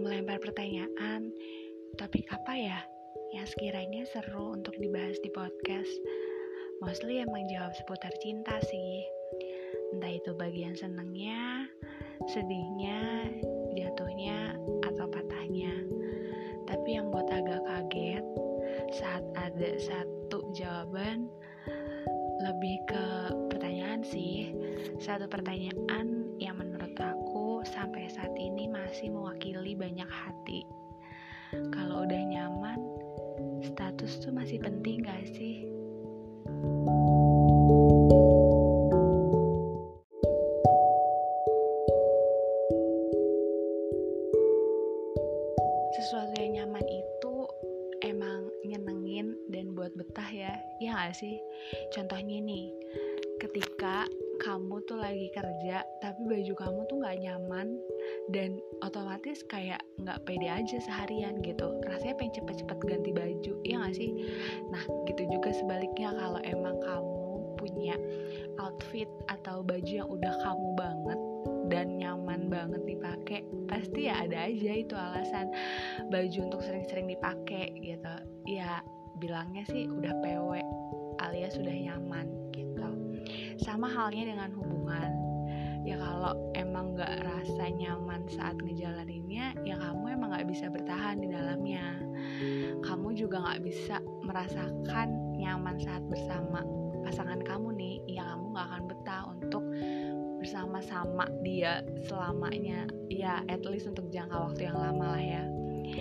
melempar pertanyaan, topik apa ya yang sekiranya seru untuk dibahas di podcast? Mostly emang jawab seputar cinta sih. Entah itu bagian senengnya, sedihnya, jatuhnya, atau patahnya. Tapi yang buat agak kaget saat ada satu jawaban lebih ke pertanyaan sih. Satu pertanyaan yang menurut aku sampai saat ini masih mewakili banyak hati. Kalau udah nyaman, status tuh masih penting gak sih? Sesuatu yang nyaman itu emang nyenengin dan buat betah ya gak sih? Contohnya nih, ketika kamu tuh lagi kerja tapi baju kamu tuh gak nyaman dan otomatis kayak gak pede aja seharian gitu, rasanya pengen cepet-cepet ganti baju, ya gak sih? Nah gitu juga sebaliknya, kalau emang kamu punya outfit atau baju yang udah kamu banget dan nyaman banget dipakai, pasti ya ada aja itu alasan baju untuk sering-sering dipakai gitu. Ya bilangnya sih udah PW alias sudah nyaman gitu. Sama halnya dengan hubungan. Ya kalau emang gak rasa nyaman saat ngejalaninnya, ya kamu emang gak bisa bertahan di dalamnya. Kamu juga gak bisa merasakan nyaman saat bersama pasangan kamu nih. Ya kamu gak akan betah untuk bersama-sama dia selamanya. Ya at least untuk jangka waktu yang lama lah ya.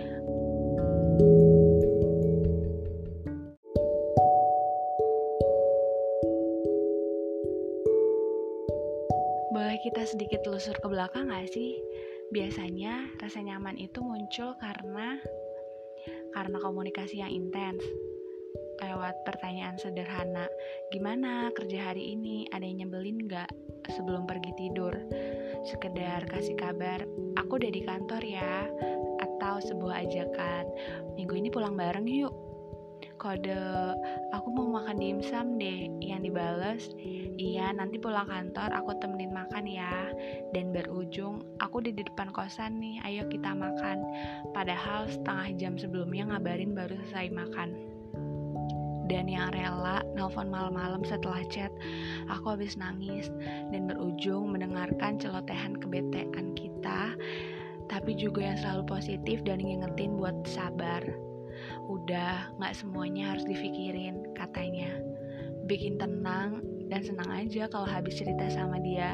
Boleh kita sedikit telusur ke belakang gak sih? Biasanya rasa nyaman itu muncul karena komunikasi yang intens. Lewat pertanyaan sederhana, gimana kerja hari ini? Ada yang nyebelin gak sebelum pergi tidur? Sekedar kasih kabar, aku udah di kantor ya. Atau sebuah ajakan, minggu ini pulang bareng yuk. Kode, aku mau makan dimsum deh. Yang dibales, iya nanti pulang kantor aku temenin makan ya. Dan berujung, aku di depan kosan nih, ayo kita makan. Padahal setengah jam sebelumnya ngabarin baru selesai makan. Dan yang rela nelpon malam-malam setelah chat, aku habis nangis. Dan berujung mendengarkan celotehan kebetean kita, tapi juga yang selalu positif dan ngingetin buat sabar. Udah, gak semuanya harus dipikirin, katanya. Bikin tenang dan senang aja kalau habis cerita sama dia.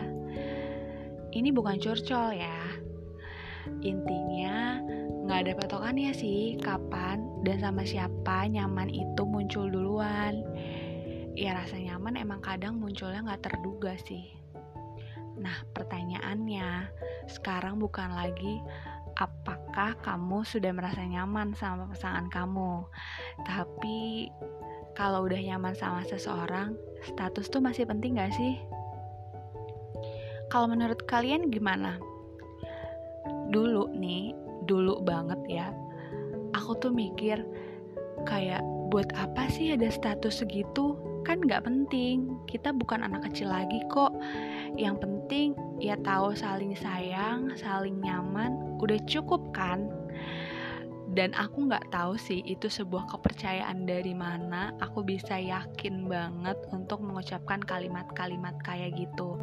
Ini bukan curcol ya. Intinya, gak ada patokannya sih kapan dan sama siapa nyaman itu muncul duluan. Ya rasa nyaman emang kadang munculnya gak terduga sih. Nah pertanyaannya sekarang bukan lagi apakah kamu sudah merasa nyaman sama pasangan kamu, tapi kalau udah nyaman sama seseorang, status tuh masih penting gak sih? Kalau menurut kalian gimana? Dulu banget ya, aku tuh mikir kayak buat apa sih ada status segitu? Kan gak penting, kita bukan anak kecil lagi kok. Yang penting ya tahu saling sayang, saling nyaman, udah cukup kan? Dan aku gak tahu sih itu sebuah kepercayaan dari mana aku bisa yakin banget untuk mengucapkan kalimat-kalimat kayak gitu.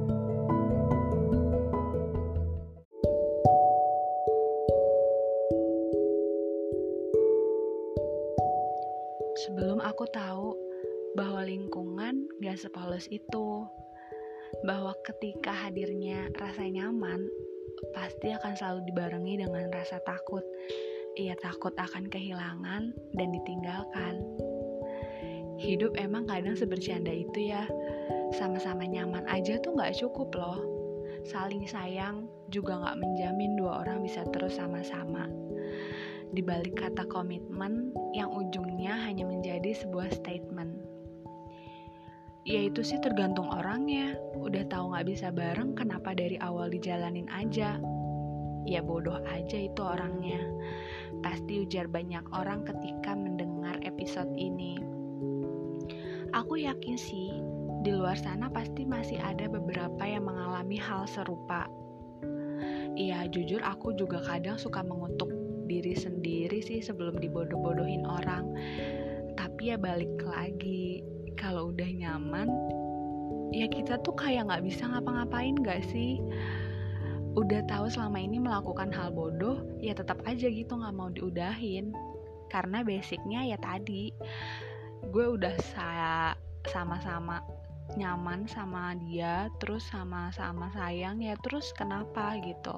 Sebelum aku tahu bahwa lingkungan gak sepolos itu, bahwa ketika hadirnya rasa nyaman pasti akan selalu dibarengi dengan rasa takut. Ia takut akan kehilangan dan ditinggalkan. Hidup emang kadang sebercanda itu ya. Sama-sama nyaman aja tuh gak cukup loh. Saling sayang juga gak menjamin dua orang bisa terus sama-sama. Di balik kata komitmen yang ujungnya hanya menjadi sebuah statement. Ya itu sih tergantung orangnya. Udah tahu gak bisa bareng, kenapa dari awal dijalanin aja? Ya bodoh aja itu orangnya. Pasti ujar banyak orang ketika mendengar episode ini. Aku yakin sih di luar sana pasti masih ada beberapa yang mengalami hal serupa. Ya jujur aku juga kadang suka mengutuk diri sendiri sih sebelum dibodoh-bodohin orang. Tapi ya balik lagi, kalau udah nyaman, ya kita tuh kayak gak bisa ngapa-ngapain gak sih? Udah tahu selama ini melakukan hal bodoh, ya tetap aja gitu gak mau diudahin. Karena basicnya ya tadi, gue udah sama-sama nyaman sama dia, terus sama-sama sayang, ya terus kenapa gitu.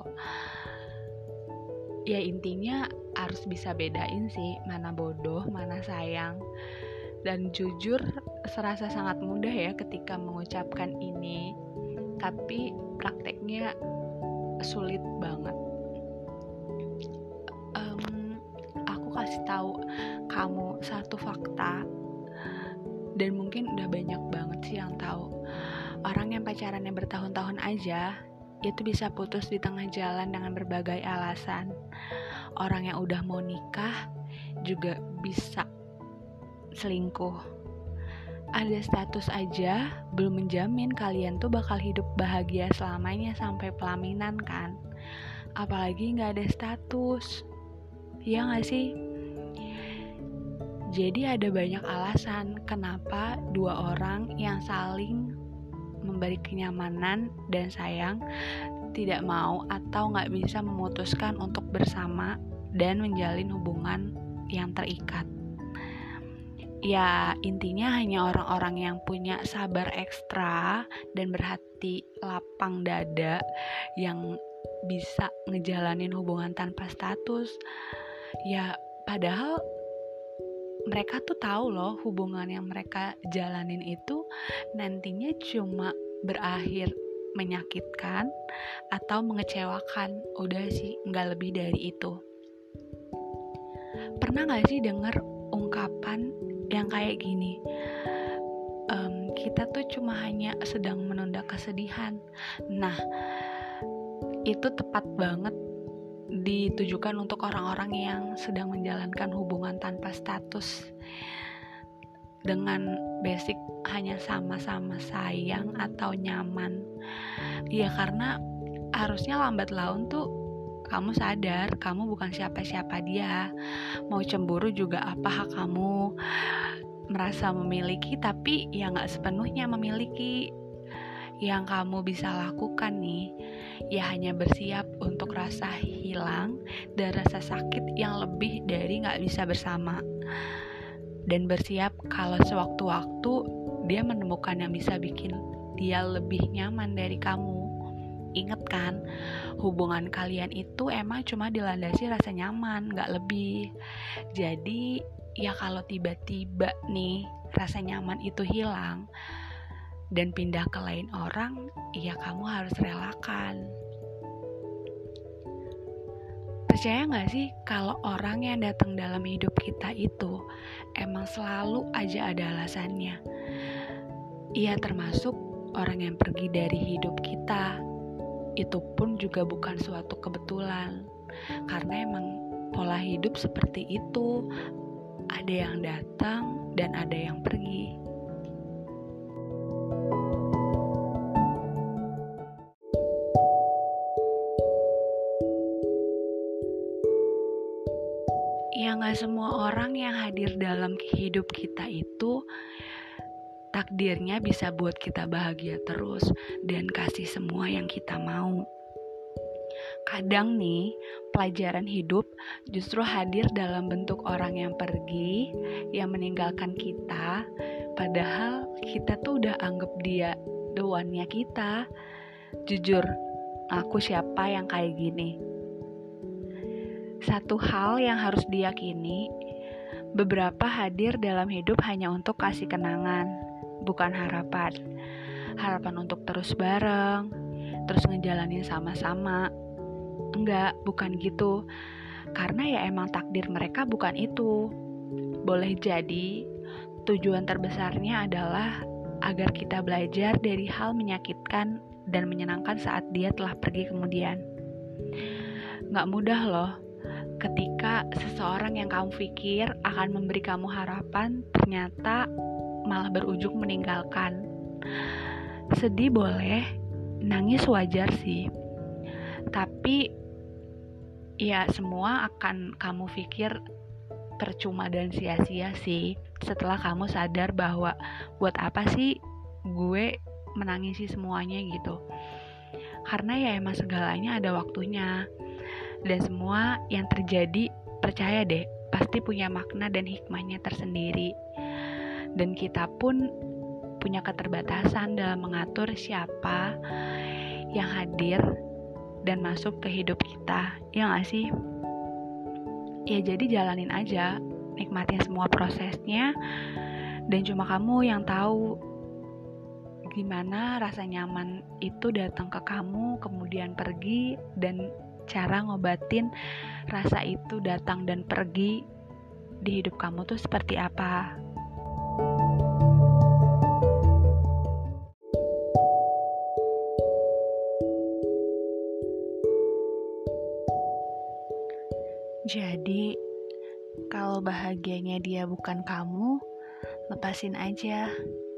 Ya intinya harus bisa bedain sih mana bodoh, mana sayang. Dan jujur serasa sangat mudah ya ketika mengucapkan ini, tapi prakteknya sulit banget. Aku kasih tahu kamu satu fakta, dan mungkin udah banyak banget sih yang tahu. Orang yang pacarannya bertahun-tahun aja itu bisa putus di tengah jalan dengan berbagai alasan. Orang yang udah mau nikah juga bisa selingkuh. Ada status aja belum menjamin kalian tuh bakal hidup bahagia selamanya sampai pelaminan kan. Apalagi gak ada status. Ya gak sih? Jadi ada banyak alasan kenapa dua orang yang saling memberi kenyamanan dan sayang tidak mau atau gak bisa memutuskan untuk bersama dan menjalin hubungan yang terikat. Ya intinya hanya orang-orang yang punya sabar ekstra dan berhati lapang dada yang bisa ngejalanin hubungan tanpa status. Ya padahal mereka tuh tahu loh hubungan yang mereka jalanin itu nantinya cuma berakhir menyakitkan atau mengecewakan. Udah sih, gak lebih dari itu. Pernah gak sih denger ungkapan yang kayak gini, kita tuh cuma hanya sedang menunda kesedihan. Nah, itu tepat banget ditujukan untuk orang-orang yang sedang menjalankan hubungan tanpa status dengan basic hanya sama-sama sayang atau nyaman. Ya karena harusnya lambat laun tuh kamu sadar kamu bukan siapa-siapa dia. Mau cemburu juga apa hak kamu, merasa memiliki tapi ya gak sepenuhnya memiliki. Yang kamu bisa lakukan nih, ya hanya bersiap untuk rasa hilang dan rasa sakit yang lebih dari gak bisa bersama. Dan bersiap kalau sewaktu-waktu dia menemukan yang bisa bikin dia lebih nyaman dari kamu. Ingat kan, hubungan kalian itu emang cuma dilandasi rasa nyaman, gak lebih. Jadi ya kalau tiba-tiba nih rasa nyaman itu hilang dan pindah ke lain orang, ya kamu harus relakan. Percaya gak sih kalau orang yang datang dalam hidup kita itu emang selalu aja ada alasannya. Iya, termasuk orang yang pergi dari hidup kita. Itu pun juga bukan suatu kebetulan, karena emang pola hidup seperti itu. Ada yang datang dan ada yang pergi. Ya gak semua orang yang hadir dalam hidup kita itu takdirnya bisa buat kita bahagia terus dan kasih semua yang kita mau. Kadang nih, pelajaran hidup justru hadir dalam bentuk orang yang pergi, yang meninggalkan kita, padahal kita tuh udah anggap dia the one-nya kita. Jujur, aku siapa yang kayak gini? Satu hal yang harus diyakini, beberapa hadir dalam hidup hanya untuk kasih kenangan, bukan harapan. Harapan untuk terus bareng, terus ngejalanin sama-sama. Enggak, bukan gitu. Karena ya emang takdir mereka bukan itu. Boleh jadi tujuan terbesarnya adalah agar kita belajar dari hal menyakitkan dan menyenangkan saat dia telah pergi kemudian. Gak mudah loh ketika seseorang yang kamu pikir akan memberi kamu harapan ternyata malah berujung meninggalkan. Sedih boleh, nangis wajar sih. Tapi ya semua akan kamu pikir percuma dan sia-sia sih setelah kamu sadar bahwa buat apa sih gue menangisi semuanya gitu. Karena ya emang segalanya ada waktunya. Dan semua yang terjadi, percaya deh, pasti punya makna dan hikmahnya tersendiri. Dan kita pun punya keterbatasan dalam mengatur siapa yang hadir dan masuk ke hidup kita. Ya gak sih? Ya jadi jalanin aja, nikmatin semua prosesnya. Dan cuma kamu yang tahu gimana rasa nyaman itu datang ke kamu, kemudian pergi, dan cara ngobatin rasa itu datang dan pergi di hidup kamu tuh seperti apa. Jadi, kalau bahagianya dia bukan kamu, lepasin aja.